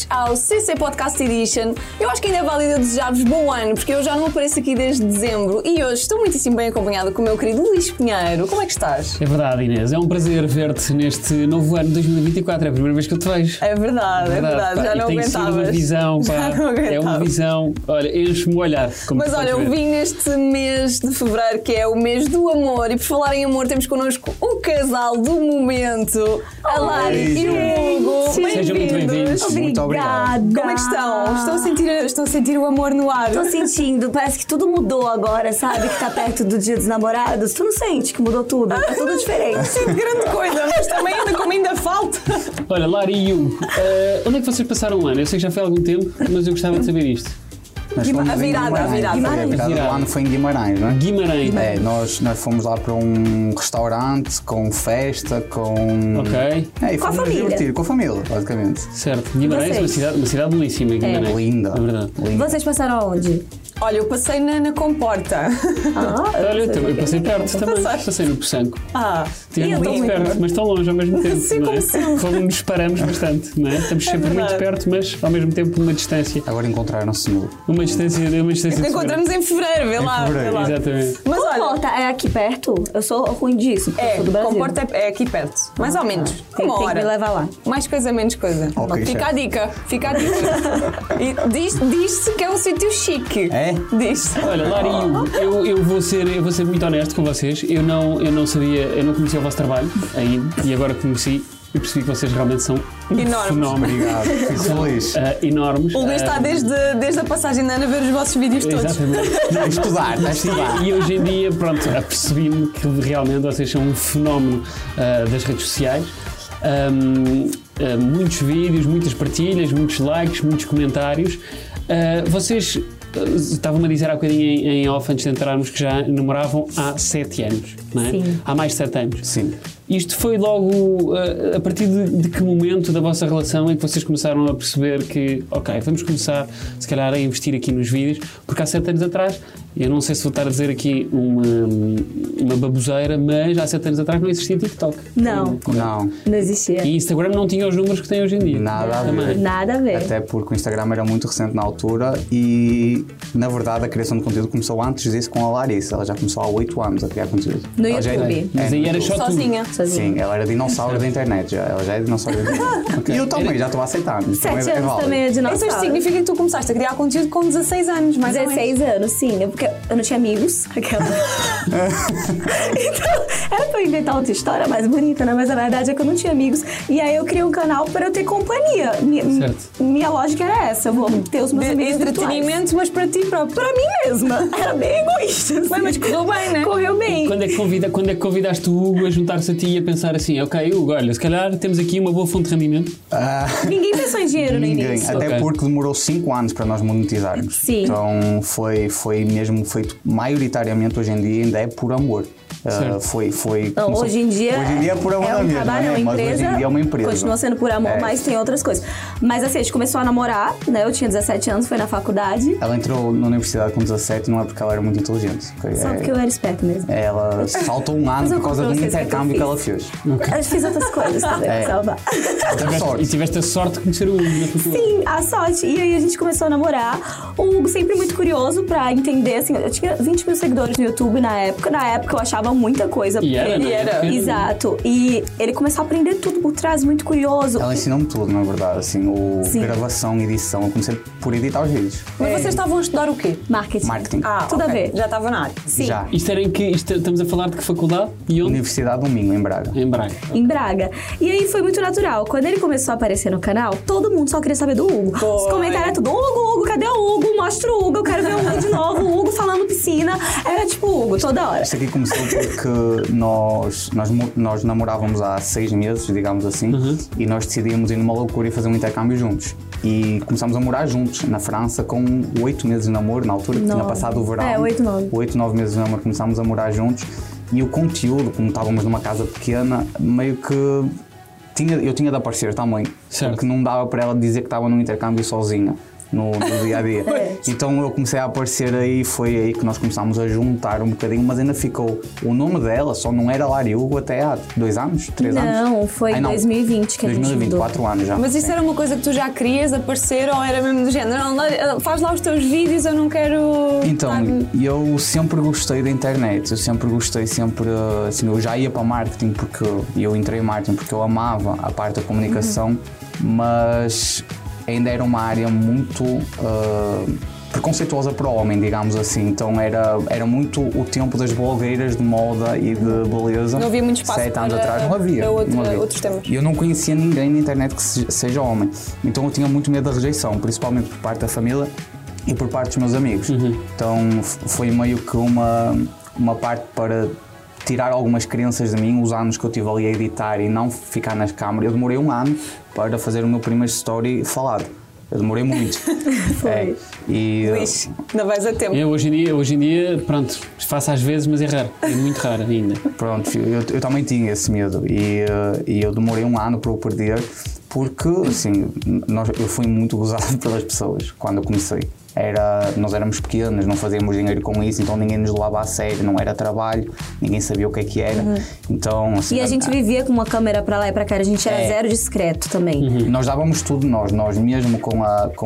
bem-vindos ao CC Podcast Edition. Eu acho que ainda é válido eu desejar-vos bom ano, porque eu já não apareço aqui desde dezembro e hoje estou muitíssimo bem acompanhada com o meu querido Luís Pinheiro. Como é que estás? É verdade, Inês. É um prazer ver-te neste novo ano de 2024. É a primeira vez que eu te vejo. É verdade. Pá, Já não tem aguentavas. sido uma visão, pá. Já não É uma visão, olha, enche-me o olhar. Mas olha, eu vim neste mês de fevereiro, que é o mês do amor, e por falar em amor, temos connosco o casal do momento, a Lari e o Hugo. Sejam muito bem-vindos. Muito obrigado. Como é que estão? Estou a sentir o amor no ar. Tô sentindo, parece que tudo mudou agora, sabe? Que tá perto do Dia dos Namorados. Tu não sente que mudou tudo? É tudo diferente. Não sinto grande coisa, mas também como ainda falta. Olha, Lari e Hugo, onde é que vocês passaram o ano? Eu sei que já foi há algum tempo, mas eu gostava de saber isto. A virada. O ano foi em Guimarães, não é? Guimarães. É, nós fomos lá para um restaurante com festa, com... Ok. E Com a fomos família. divertir, com a família, basicamente. Certo. Guimarães, Vocês? uma cidade belíssima, Guimarães. Linda. É verdade. Linda. Vocês passaram aonde? Olha, eu passei na comporta. Olha, eu passei perto também. Passaste? Passei no Poçanco. eu Estive estou muito muito perto, mas tão longe ao mesmo tempo, Sim, não é? como sempre. Como nos paramos bastante, não é? Estamos sempre muito verdade. perto, mas ao mesmo tempo numa distância. Agora encontraram-se nu. Uma distância de Encontramos em fevereiro, vê lá. fevereiro. Exatamente. Mas olha, Comporta é aqui perto? Eu sou ruim disso, porque eu sou do Brasil. comporta é aqui perto. Mais ou menos. Tem Uma que me hora. levar lá. Mais coisa, menos coisa. Ok, Fica chefe. a dica. E diz-se que é um sítio chique. É? Diz-se. Olha, Lari, eu vou ser muito honesto com vocês. Eu não conhecia o vosso trabalho ainda e agora conheci e percebi que vocês realmente são um Enormes. fenómeno. Obrigado. Fico feliz. Enormes. O Luís está desde a passagem da Ana a ver os vossos vídeos todos. Exatamente. A estudar, a estudar. E hoje em dia, pronto, apercebi-me que realmente vocês são um fenómeno das redes sociais. Muitos vídeos, muitas partilhas, muitos likes, muitos comentários. Vocês estavam-me a dizer há bocadinho em off, antes de entrarmos, que já namoravam há 7 anos, não é? Sim. Há mais de 7 anos. Sim. Isto foi logo a partir de que momento da vossa relação é que vocês começaram a perceber que, ok, vamos começar se calhar a investir aqui nos vídeos, porque há 7 anos atrás, eu não sei se vou estar a dizer aqui uma baboseira, mas há 7 anos atrás não existia TikTok. Não, Não. não existia. E Instagram não tinha os números que tem hoje em dia. Nada a ver. Também. Nada a ver. Até porque o Instagram era muito recente na altura e, na verdade, a criação de conteúdo começou antes disso com a Larissa. Ela já começou há 8 anos a criar conteúdo. No Ela já YouTube. Mas aí no era YouTube. só tu. Sozinha. Sozinha. Sim, ela era dinossauro da internet já. Ela já é dinossauro da internet. E eu também, já estou a aceitar. 7 anos válido. também é Então dinossauro. isto significa que tu começaste a criar conteúdo com 16 anos, mais ou menos. 16 anos, sim. Porque eu não tinha amigos. Aquela. Então, era pra eu inventar outra história mais bonita, né? Mas a verdade é que eu não tinha amigos. E aí eu criei um canal para eu ter companhia. Minha lógica era essa. Eu vou ter os meus amigos virtuais. Entretenimento, mas para ti próprio. Pra mim mesma. Era bem egoísta. Assim. Mas correu bem, né? Correu bem. Quando é que convidaste o Hugo a juntar-se a ti e a pensar assim, ok, Hugo, olha, se calhar temos aqui uma boa fonte de rendimento? Ninguém pensou em dinheiro no Ninguém. início. Até Ok. porque demorou 5 anos para nós monetizarmos. Sim. Então foi mesmo feito maioritariamente hoje em dia ainda é por amor. Foi Não, hoje em dia é por amor é um mesmo, trabalho, é uma mas empresa, hoje em dia é uma empresa. continua sendo por amor, É. mas tem outras coisas. Mas assim, a gente começou a namorar, né? Eu tinha 17 anos, foi na faculdade. Ela entrou na universidade com 17 não é porque ela era muito inteligente. Só porque eu era esperta mesmo. Ela saltou um ano Mas eu por causa de conto um pra vocês o que eu intercâmbio que ela fiz. fez. Eu fiz outras coisas também pra salvar. E tiveste a sorte de conhecer o Hugo na faculdade. Sim, a sorte. E aí a gente começou a namorar. O Hugo sempre muito curioso pra entender, assim, eu tinha 20 mil seguidores no YouTube na época. Na época eu achava muita coisa. E era, E era. né? Exato. E ele começou a aprender tudo por trás, muito curioso. Ela ensinou-me tudo, na verdade. Assim, Sim. gravação, edição. Eu comecei por editar os vídeos. Mas vocês estavam a estudar o quê? Marketing. Tudo a ok. ver. Já estava na área. Sim. Já. Estamos a falar de que faculdade e onde? Universidade do Minho, em Braga. Em Braga. Em Braga. E aí foi muito natural. Quando ele começou a aparecer no canal, todo mundo só queria saber do Hugo. Os comentários eram tudo, Hugo, cadê o Hugo? Mostra o Hugo, eu quero ver o Hugo de novo. O Hugo falando piscina. Era tipo Hugo, toda hora. Isto aqui começou porque nós namorávamos há 6 meses, digamos assim, e nós decidimos ir numa loucura e fazer um intercâmbio juntos. E começámos a morar juntos na França com 8 meses de namoro, na altura que tinha passado o verão. 8, 9. 8, 9 meses de namoro, começámos a morar juntos. E o conteúdo, como estávamos numa casa pequena, meio que eu tinha de aparecer também. Certo. Porque não dava para ela dizer que estava num intercâmbio sozinha. No dia a dia. Então eu comecei a aparecer aí, foi aí que nós começámos a juntar um bocadinho, mas ainda ficou o nome dela, só não era Lari Hugo até há 2 anos, 3 anos? Não, foi em 2020 que a gente 2020, mudou. 4 anos já. Mas isso era uma coisa que tu já querias aparecer ou era mesmo do género? Não, faz lá os teus vídeos, eu não quero... Então, eu sempre gostei da internet, eu sempre gostei, assim, eu já ia para marketing porque eu entrei em marketing porque eu amava a parte da comunicação, mas ainda era uma área muito preconceituosa para o homem, digamos assim, então era muito o tempo das blogueiras de moda e de beleza. Não havia muito espaço 7 anos para, atrás não havia. outros temas. E eu não conhecia ninguém na internet que seja homem, então eu tinha muito medo da rejeição, principalmente por parte da família e por parte dos meus amigos. Então foi meio que uma parte para tirar algumas crenças de mim, os anos que eu tive ali a editar e não ficar nas câmaras. Eu demorei 1 ano para fazer o meu primeiro story falado. Eu demorei muito. Foi. Luís, ainda vais a tempo. Eu hoje em dia, pronto, faço às vezes, mas é raro. É muito raro ainda. Pronto, eu também tinha esse medo e eu demorei 1 ano para o perder porque, assim, eu fui muito gozado pelas pessoas quando eu comecei. Nós éramos pequenos, não fazíamos dinheiro com isso, então ninguém nos levava a sério, não era trabalho, ninguém sabia o que é que era. Então, assim, E a gente vivia com uma câmera para lá e para cá, a gente era zero discreto também. Nós dávamos tudo nós mesmo com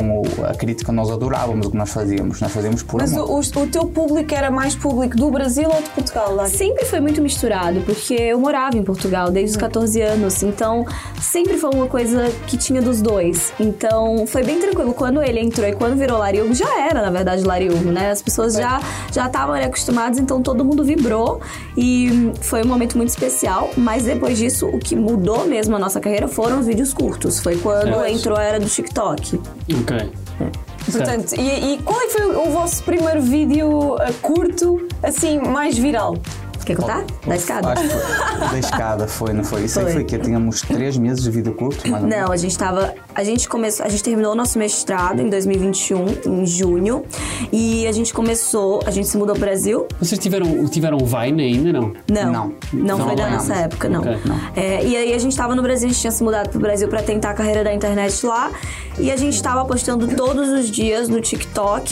a crítica, nós adorávamos o que nós fazíamos por Mas amor. o teu público era mais público do Brasil ou de Portugal? Lá? Sempre foi muito misturado, porque eu morava em Portugal desde os 14 anos, então sempre foi uma coisa que tinha dos dois. Então foi bem tranquilo. Quando ele entrou e quando virou Lari Hugo, já era, na verdade, Lari Hugo, né? As pessoas já estavam ali acostumadas, então todo mundo vibrou e foi um momento muito especial. Mas depois disso, o que mudou mesmo a nossa carreira foram os vídeos curtos. Foi quando entrou a era do TikTok. Ok. Portanto, e qual é que foi o vosso primeiro vídeo curto, assim, mais viral? Quer contar? Da escada? Acho que foi, da escada foi, não foi? Isso aí foi que tínhamos 3 meses de vídeo curto, mais ou menos. Não, a gente terminou o nosso mestrado em 2021, em junho, e a gente se mudou pro Brasil. Vocês tiveram Vine ainda, não? Não foi da nossa época, não. Okay. E aí a gente tava no Brasil, a gente tinha se mudado pro Brasil pra tentar a carreira da internet lá, e a gente tava postando todos os dias no TikTok,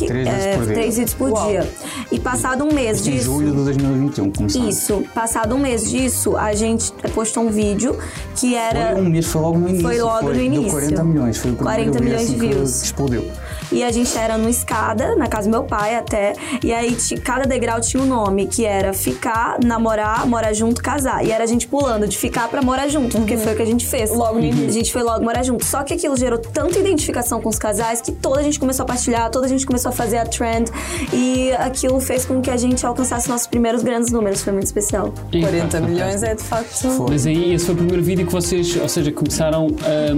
3 vídeos por dia. E passado um mês disso... Em julho de 2021, começamos. Isso, passado um mês disso, a gente postou um vídeo que era... Foi um mês, foi logo no início. Foi logo no início. Deu 40 milhões, foi o primeiro 40 milhões de views. Que explodiu. E a gente era numa escada, na casa do meu pai até, e aí cada degrau tinha um nome, que era ficar, namorar, morar junto, casar. E era a gente pulando de ficar pra morar junto, porque foi o que a gente fez. Logo no início. A gente foi logo morar junto. Só que aquilo gerou tanta identificação com os casais que toda a gente começou a partilhar, toda a gente começou a fazer a trend, e aquilo fez com que a gente alcançasse nossos primeiros grandes números. Foi muito especial. 40 milhões é de facto... Mas aí esse foi o primeiro vídeo que vocês, ou seja, começaram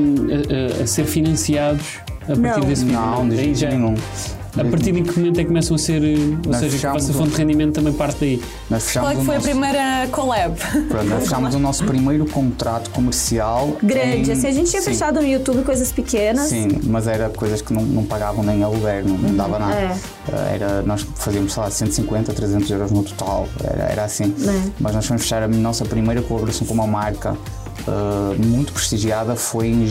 a ser financiados a partir desse vídeo? Não, de Aí jeito nenhum. A partir de que momento é que começam a ser, ou seja, que a vossa fonte de rendimento também parte daí? Nós fechámos Qual é que foi a primeira collab? Pronto, nós fechámos o nosso primeiro contrato comercial. Grande, assim, a gente tinha fechado no YouTube coisas pequenas. Sim, mas era coisas que não pagavam nem aluguer, não dava nada. Nós fazíamos, sei lá, 150, 300 euros no total, era assim. Mas nós fomos fechar a nossa primeira colaboração com uma marca muito prestigiada, foi em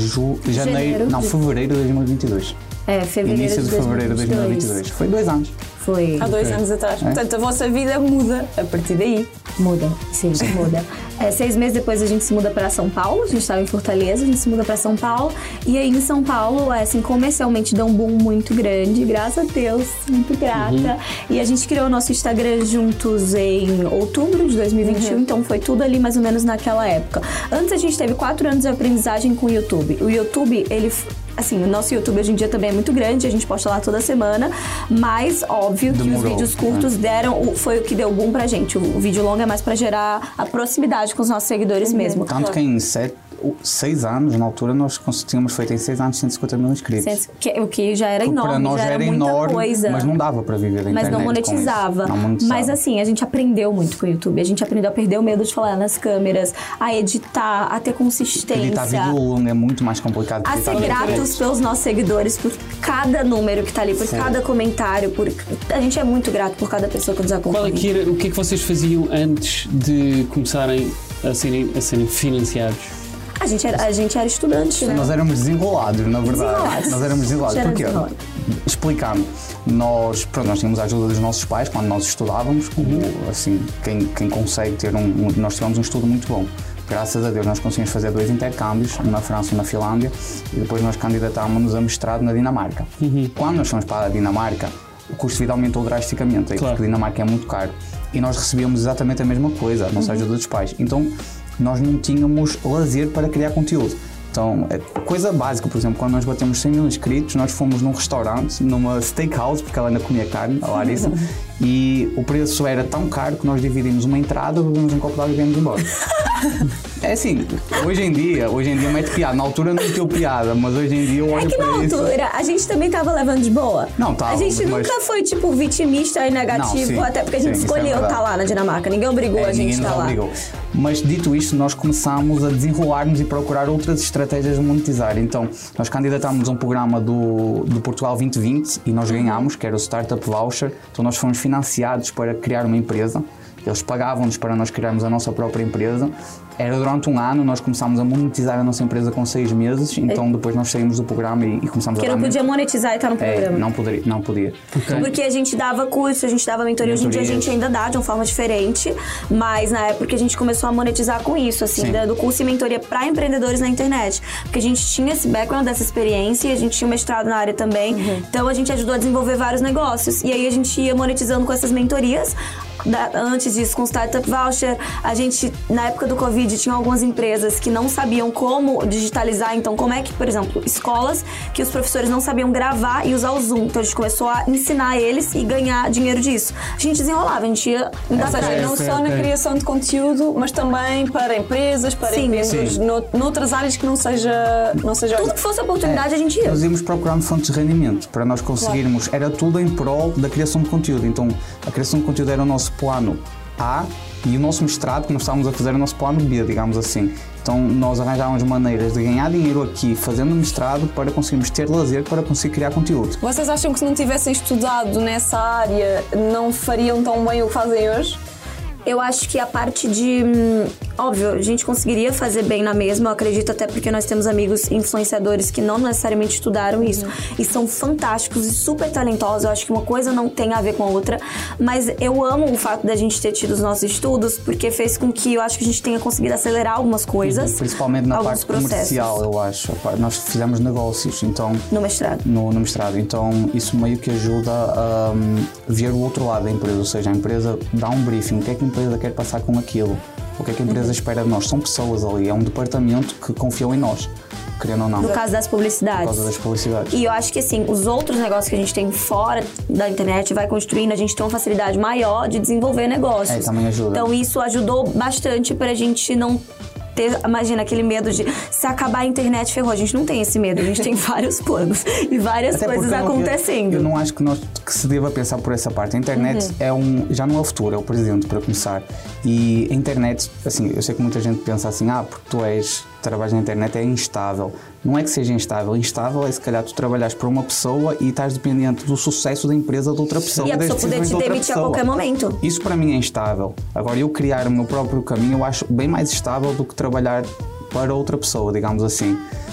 fevereiro de 2022. Fevereiro Início de de fevereiro de 2022. Foi 2 anos. Foi. Há 2 anos atrás. Portanto, a vossa vida muda a partir daí. Muda, sim, muda. 6 meses depois a gente se muda para São Paulo, a gente estava em Fortaleza, a gente se muda para São Paulo. E aí em São Paulo, assim, comercialmente deu um boom muito grande, graças a Deus, muito grata. E a gente criou o nosso Instagram juntos em outubro de 2021, então foi tudo ali mais ou menos naquela época. Antes a gente teve 4 anos de aprendizagem com o YouTube. O YouTube, assim, o nosso YouTube hoje em dia também é muito grande, a gente posta lá toda semana, mas óbvio que os vídeos curtos foi o que deu boom pra gente. O vídeo longo é mais pra gerar a proximidade com os nossos seguidores mesmo. Tanto que em 6 anos, na altura, nós tínhamos feito em 6 anos 150 mil inscritos. O que já era enorme, para nós já era muita enorme, coisa. Mas não dava para viver da internet. Mas não monetizava. Mas assim, a gente aprendeu muito com o YouTube. A gente aprendeu a perder o medo de falar nas câmeras, a editar, a ter consistência. Editar vídeo longo é muito mais complicado. A ser gratos pelos nossos seguidores, por cada número que tá ali, por cada comentário. A gente é muito grato por cada pessoa que nos acompanha. O que é que vocês faziam antes de começarem a serem financiados? A gente era estudante, né? Nós éramos desenrolados, na verdade. Nós éramos desenrolados. Porquê? Explicando, nós tínhamos a ajuda dos nossos pais quando nós estudávamos, como assim, quem consegue ter nós tivemos um estudo muito bom. Graças a Deus nós conseguimos fazer 2 intercâmbios, um na França e um na Finlândia, e depois nós candidatámos-nos a mestrado na Dinamarca. Quando nós fomos para a Dinamarca, o custo de vida aumentou drasticamente, porque a Dinamarca é muito caro. E nós recebíamos exatamente a mesma coisa, a nossa ajuda dos pais. Então, nós não tínhamos lazer para criar conteúdo. Então, coisa básica, por exemplo, quando nós batemos 100 mil inscritos, nós fomos num restaurante, numa steakhouse, porque ela ainda comia carne, a Larissa, e o preço era tão caro que nós dividimos uma entrada, bebemos um copo de água e viemos embora. É assim, hoje em dia mete piada. Na altura não meteu piada, mas hoje em dia eu olho para isso. Na altura, a gente também tava levando de boa. Não, tava. A gente nunca foi, tipo, vitimista e negativo, não, até porque a gente escolheu estar lá na Dinamarca. Ninguém obrigou a gente a estar lá. Obrigou. Mas dito isto, nós começámos a desenrolar-nos e procurar outras estratégias de monetizar. Então, nós candidatámos a um programa do Portugal 2020 e nós ganhámos, que era o Startup Voucher. Então, nós fomos financiados para criar uma empresa. Eles pagavam-nos para nós criarmos a nossa própria empresa. Era durante um ano, nós começámos a monetizar a nossa empresa com 6 meses, então depois nós saímos do programa e começámos a dar... Porque não podia monetizar e estar no programa. Não podia. Okay. Porque a gente dava curso, a gente dava mentoria, hoje em dia a gente ainda dá de uma forma diferente, mas na época a gente começou a monetizar com isso, assim, dando curso e mentoria para empreendedores na internet. Porque a gente tinha esse background dessa experiência e a gente tinha um mestrado na área também, então a gente ajudou a desenvolver vários negócios. E aí a gente ia monetizando com essas mentorias. Antes disso, com o Startup Voucher, a gente, na época do Covid, tinha algumas empresas que não sabiam como digitalizar. Então, como é que, por exemplo, escolas que os professores não sabiam gravar e usar o Zoom. Então, a gente começou a ensinar eles e ganhar dinheiro disso. A gente desenrolava, a gente ia... Ou seja, não só na criação de conteúdo, mas também para empresas, para eventos, noutras áreas que não seja tudo que fosse oportunidade, a gente ia. Nós íamos procurando fontes de rendimento para nós conseguirmos. Era tudo em prol da criação de conteúdo. Então, a criação de conteúdo era o nosso plano A e o nosso mestrado que nós estávamos a fazer o nosso plano B, digamos assim. Então nós arranjávamos maneiras de ganhar dinheiro aqui fazendo mestrado para conseguirmos ter lazer, para conseguir criar conteúdo. Vocês acham que se não tivessem estudado nessa área não fariam tão bem o que fazem hoje? Eu acho que a parte de... Óbvio, a gente conseguiria fazer bem na mesma, eu acredito, até porque nós temos amigos influenciadores que não necessariamente estudaram isso e são fantásticos e super talentosos. Eu acho que uma coisa não tem a ver com a outra, mas eu amo o fato da gente ter tido os nossos estudos, porque fez com que eu acho que a gente tenha conseguido acelerar algumas coisas. Principalmente na parte comercial, eu acho. Nós fizemos negócios, então... No mestrado. No mestrado. Então, isso meio que ajuda a ver o outro lado da empresa, ou seja, a empresa dá um briefing, o que é que a empresa quer passar com aquilo, o que é que a empresa espera de nós. São pessoas ali, é um departamento que confiou em nós, querendo ou não. No caso das publicidades. No caso das publicidades. E eu acho que assim, os outros negócios que a gente tem fora da internet vai construindo, a gente tem uma facilidade maior de desenvolver negócios. Também ajuda. Então isso ajudou bastante pra gente não ter, imagina, aquele medo de se acabar a internet, ferrou. A gente não tem esse medo, a gente tem vários planos e várias coisas acontecendo. Eu não acho que se deva pensar por essa parte. A internet já não é o futuro, é o presente, para começar. E a internet, assim, eu sei que muita gente pensa assim, porque tu trabalhas na internet é instável. Não é que seja instável. Instável é se calhar tu trabalhas para uma pessoa e estás dependente do sucesso da empresa de outra pessoa. E a pessoa poder te demitir a qualquer momento. Isso para mim é instável. Agora, eu criar o meu próprio caminho eu acho bem mais estável do que trabalhar para outra pessoa, digamos assim.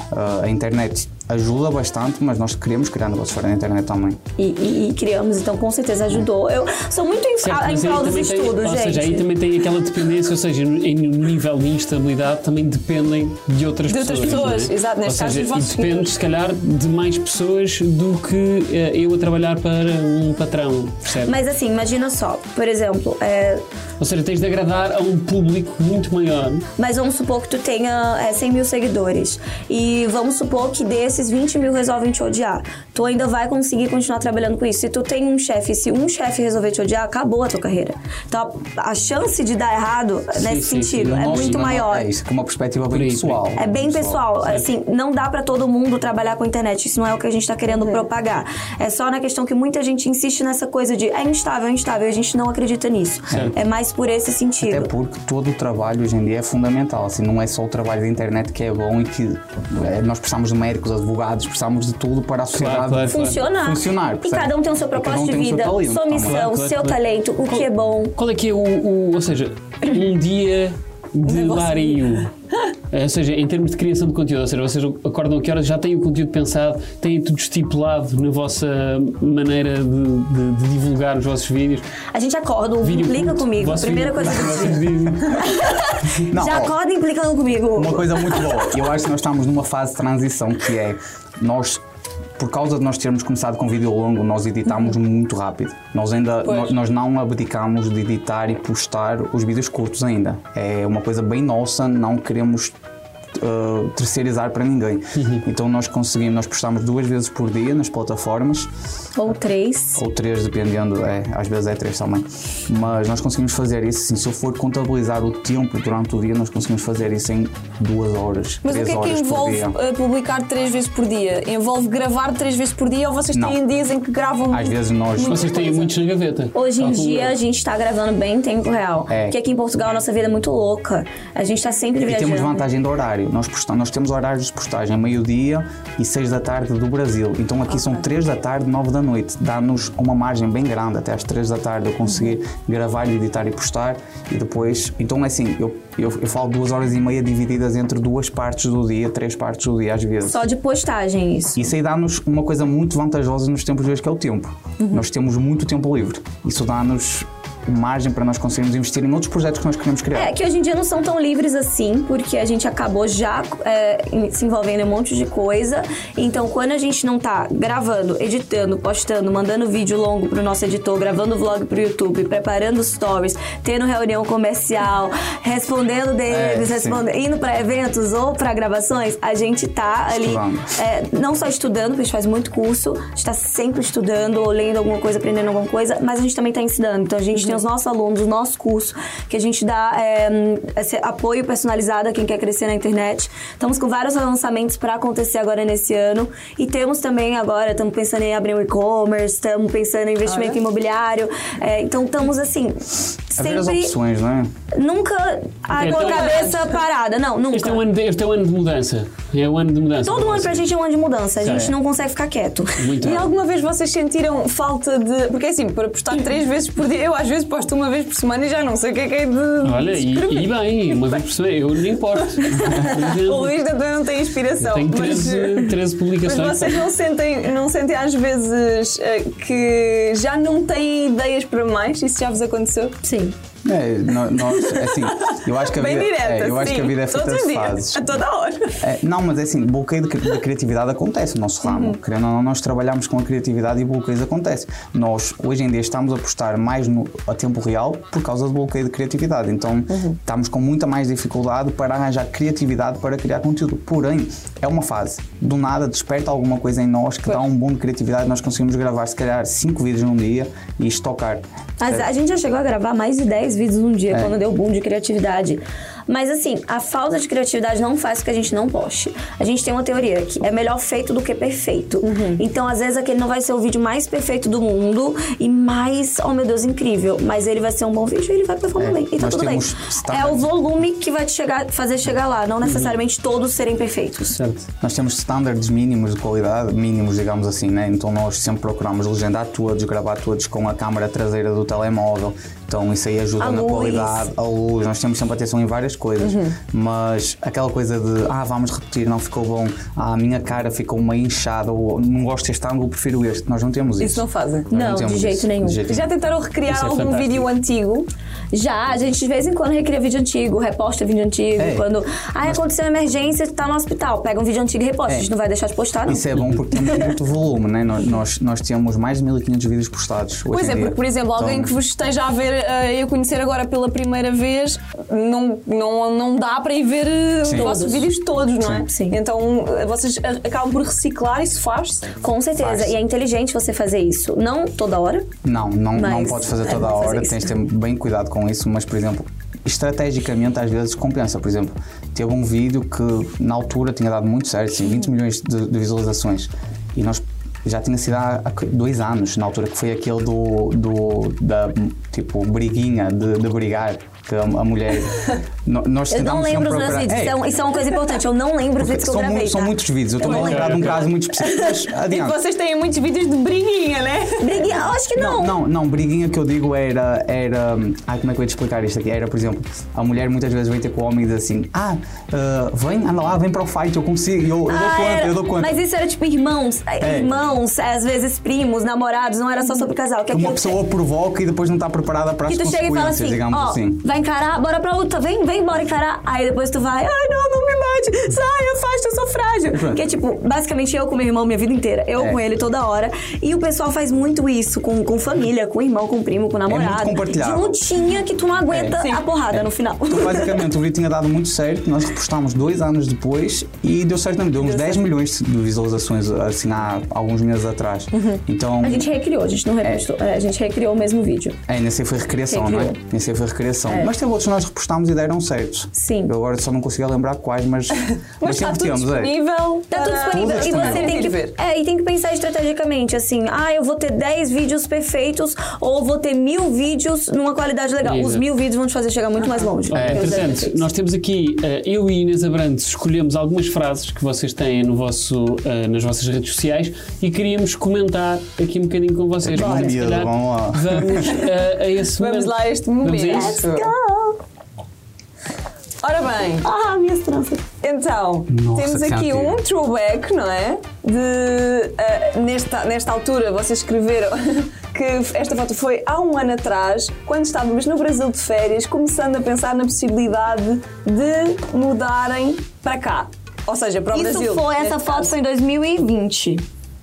A internet ajuda bastante, mas nós queremos criar negócios fora da internet também. E criamos, então com certeza ajudou. Eu sou muito em prol dos estudos, gente. Ou seja, aí também tem aquela dependência, ou seja, no nível de instabilidade também dependem de outras pessoas. Exato, ou seja, e depende se calhar de mais pessoas do que eu a trabalhar para um patrão, percebe? Mas assim, imagina só, por exemplo... Ou seja, tens de agradar a um público muito maior. Mas vamos supor que tu tenha 100 mil seguidores. E vamos supor que desses 20 mil resolvem te odiar. Tu ainda vai conseguir continuar trabalhando com isso. Se tu tem um chefe, se um chefe resolver te odiar, acabou a tua carreira. Então a chance de dar errado nesse sentido é muito maior. É isso, com uma perspectiva bem pessoal. É bem pessoal. Assim, não dá pra todo mundo trabalhar com a internet. Isso não é o que a gente tá querendo propagar. É só na questão que muita gente insiste nessa coisa de é instável. E a gente não acredita nisso. É mais por esse sentido. Até porque todo o trabalho hoje em dia é fundamental. Assim, não é só o trabalho da internet que é bom e que nós precisamos de médicos, advogados, precisamos de tudo para a sociedade funcionar. E cada um tem o seu propósito de vida, sua missão, seu talento, o que é bom. Qual é que é ou seja, um dia de Lari e Hugo? Ou seja, em termos de criação de conteúdo, ou seja, vocês acordam a que horas, já têm o conteúdo pensado, têm tudo estipulado na vossa maneira de divulgar os vossos vídeos? A gente acorda, implica comigo. A primeira coisa que vocês dizem. Já acorda implicando comigo. Uma coisa muito boa. Eu acho que nós estamos numa fase de transição que é nós. Por causa de nós termos começado com vídeo longo, nós editamos muito rápido. Nós não abdicamos de editar e postar os vídeos curtos ainda. É uma coisa bem nossa, não queremos terceirizar para ninguém. Então nós postamos 2 vezes por dia nas plataformas. Ou 3. Ou 3, dependendo, às vezes é 3 também. Mas nós conseguimos fazer isso, assim, se eu for contabilizar o tempo durante o dia, nós conseguimos fazer isso em 2 horas, 3 horas por dia. Mas o que é que envolve publicar 3 vezes por dia? Envolve gravar 3 vezes por dia ou vocês têm dias em que gravam às vezes vocês têm muitos na gaveta? Hoje em dia a gente está gravando bem em tempo real. Porque aqui em Portugal a nossa vida é muito louca. A gente está sempre viajando. E temos vantagem do horário. Nós temos horários de postagem meio-dia e 6 da tarde do Brasil. Então aqui são 3 da tarde, 9 da noite. Dá-nos uma margem bem grande até às 3 da tarde eu conseguir gravar, editar e postar. E depois, então é assim, eu falo 2 horas e meia divididas entre 2 partes do dia, 3 partes do dia às vezes. Só de postagem isso. Isso aí dá-nos uma coisa muito vantajosa nos tempos de hoje, que é o tempo. Nós temos muito tempo livre. Isso dá-nos margem para nós conseguirmos investir em outros projetos que nós queremos criar. Que hoje em dia não são tão livres assim, porque a gente acabou já se envolvendo em um monte de coisa. Então, quando a gente não tá gravando, editando, postando, mandando vídeo longo pro nosso editor, gravando vlog pro YouTube, preparando stories, tendo reunião comercial, respondendo deles, indo para eventos ou para gravações, a gente tá ali não só estudando, porque a gente faz muito curso, a gente tá sempre estudando ou lendo alguma coisa, aprendendo alguma coisa, mas a gente também tá ensinando. Então, a gente tem os nossos alunos, o nosso curso, que a gente dá esse apoio personalizado a quem quer crescer na internet. Estamos com vários lançamentos para acontecer agora nesse ano. E temos também agora, estamos pensando em abrir um e-commerce, estamos pensando em investimento imobiliário. Então estamos assim, sempre... as opções, não é? Nunca com a cabeça parada. Não, nunca. Este é o ano de mudança. É o ano de mudança. Todo ano pra gente é um ano de mudança. A gente não consegue ficar quieto. Muito e alguma vez vocês sentiram falta de... Porque assim, para postar 3 vezes por dia, eu às vezes posto 1 vez por semana e já não sei o que é de... Olha, e bem, 1 vez por semana, eu nem importo. O Luís também não tem inspiração. Tenho 13 publicações. Mas vocês não sentem às vezes que já não têm ideias para mais? Isso já vos aconteceu? Sim. Assim, eu acho que a vida, eu acho que a vida é feita de fases. A toda hora. Não, mas é assim, bloqueio da criatividade acontece no nosso ramo. Querendo ou não, nós trabalhamos com a criatividade e bloqueios acontecem. Nós, hoje em dia, estamos a apostar mais a tempo real por causa do bloqueio de criatividade. Então, estamos com muita mais dificuldade para arranjar criatividade para criar conteúdo. Porém, é uma fase. Do nada, desperta alguma coisa em nós que dá um boom de criatividade. Nós conseguimos gravar, se calhar, 5 vídeos num dia e estocar. A gente já chegou a gravar mais de 10 vídeos num dia, quando deu boom de criatividade. Mas assim, a falta de criatividade não faz com que a gente não poste. A gente tem uma teoria que é melhor feito do que perfeito. Então, às vezes, aquele não vai ser o vídeo mais perfeito do mundo e mais, oh meu Deus, incrível. Mas ele vai ser um bom vídeo e ele vai performar bem. E tá tudo bem. É o volume que vai te fazer chegar lá, não necessariamente todos serem perfeitos. Certo. Nós temos standards mínimos de qualidade, mínimos, digamos assim, né? Então nós sempre procuramos legendar todos, gravar todos com a câmara traseira do telemóvel. Então isso aí ajuda na qualidade, a luz. Nós temos sempre atenção em várias coisas. Mas aquela coisa de, vamos repetir, não ficou bom, a minha cara ficou meio inchada, ou não gosto deste ângulo, prefiro este. Nós não temos isso. Isso não fazem? Não, de jeito nenhum. Já tentaram recriar algum vídeo antigo? Já, a gente de vez em quando recria vídeo antigo, reposta vídeo antigo. Quando aconteceu uma emergência, tá no hospital, pega um vídeo antigo e reposta. A gente não vai deixar de postar, não. Isso é bom porque temos muito volume, né? Nós temos mais de 1500 vídeos postados. Pois é, porque, por exemplo, alguém que vos esteja a ver, eu conhecer agora pela primeira vez, não dá para ir ver os vossos vídeos todos, não é? Sim. Então vocês acabam por reciclar, isso faz-se? Com certeza, e é inteligente você fazer isso. Não toda hora. Não podes fazer toda a hora, tens de ter bem cuidado com isso, mas, por exemplo, estrategicamente às vezes compensa. Por exemplo, teve um vídeo que na altura tinha dado muito certo, assim, 20 milhões de visualizações, e nós já tinha sido há 2 anos, na altura, que foi aquele da tipo, briguinha, de brigar, que a mulher... Nós eu não lembro os meus vídeos, isso é uma coisa importante, eu não lembro os vídeos que eu gravei. São muitos vídeos, eu estou a lembrar de um caso muito específico, mas adiante. Vocês têm muitos vídeos de briguinha, né? Briguinha, acho que não. Não, briguinha que eu digo era. Ai, como é que eu ia te explicar isto aqui? Era, por exemplo, a mulher muitas vezes vem ter com o homem e diz assim: vem, anda lá, vem para o fight, eu consigo, eu dou conta. Mas isso era tipo irmãos, às vezes primos, namorados, não era só sobre o casal. Que uma pessoa provoca e depois não está preparada para as consequências, chega e fala assim, digamos assim. Vai encarar, bora pra luta, vem, bora encarar. Aí depois tu vai, ai não me mate, sai, afasta, eu sou frágil. Porque é tipo, basicamente eu com meu irmão minha vida inteira, eu com ele toda hora. E o pessoal faz muito isso com família, com irmão, com primo, com namorado. É muito compartilhável. De lutinha que tu não aguenta a porrada no final. Então, basicamente, o vídeo tinha dado muito certo, nós repostámos 2 anos depois e deu certo, deu uns 10 milhões de visualizações, assim, há alguns meses atrás. Então, a gente recriou, a gente não repostou, a gente recriou o mesmo vídeo. Nesse aí foi recriação, não é? Nesse aí foi recriação. Mas teve outros que nós repostámos e deram certo. Sim. Eu agora só não conseguia lembrar quais, mas está tudo disponível. Está tudo disponível. E você tem que ver. E tem que pensar estrategicamente, assim, eu vou ter 10 vídeos perfeitos ou vou ter 1000 vídeos numa qualidade legal. Os 1000 vídeos vão te fazer chegar muito mais longe. Entretanto, nós temos aqui, eu e Inês Abrantes escolhemos algumas frases que vocês têm no nas vossas redes sociais e queríamos comentar aqui um bocadinho com vocês. Vamos lá. Vamos a esse momento. Vamos lá a este momento. Vamos a isso? Ora bem. Minhas tranças. Então, temos aqui um throwback, não é? Nesta altura vocês escreveram que esta foto foi há um ano atrás, quando estávamos no Brasil de férias, começando a pensar na possibilidade de mudarem para cá. Ou seja, para o Brasil. Essa foto foi em 2020.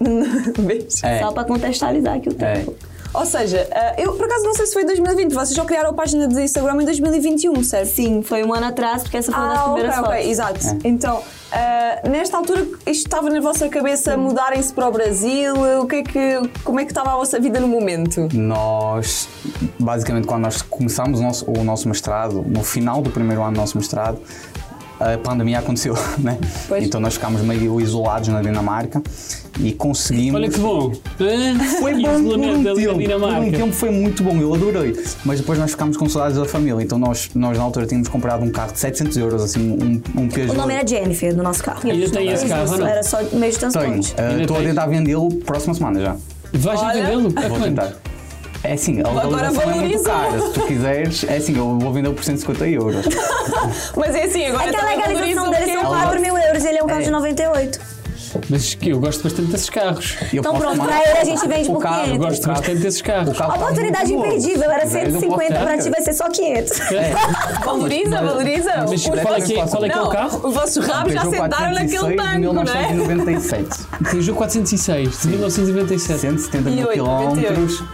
Só para contextualizar aqui o tempo. Ou seja, eu por acaso não sei se foi em 2020, vocês já criaram a página do Instagram em 2021, certo? Sim, foi um ano atrás, porque essa foi uma das primeiras fotos. Exato. Então, nesta altura, isto estava na vossa cabeça mudarem-se para o Brasil? Como é que estava a vossa vida no momento? Nós, basicamente, quando nós começámos o nosso mestrado, no final do primeiro ano do nosso mestrado, a pandemia aconteceu, né? Pois. Então nós ficámos meio isolados na Dinamarca e conseguimos... Olha que bom! Foi bom por um tempo foi muito bom, eu adorei. Mas depois nós ficámos com saudades da família, então nós na altura tínhamos comprado um carro de 700 euros, assim, um Peugeot. O nome era Jennifer, do nosso carro. Ainda tem esse carro, não? Era só meio de transporte. Estou a tentar vendê-lo próxima semana já. Vais vendê-lo? Vou tentar. É assim, a legalização é muito cara. Se tu quiseres, é assim, eu vou vender por 150 euros. Mas é assim, agora que a legalização dele são 4 mil euros, ele é um carro de 98. Mas eu gosto bastante desses carros. Então pronto, para ele a gente vende por 500. Eu gosto bastante desses carros. Oportunidade imperdível, era 150, para ti vai ser só 500. Valoriza. Mas qual é que é o carro? Os vossos rabos já sentaram naquele tanque, não é? 1997. Peugeot 406, de 1997. 170 mil quilómetros,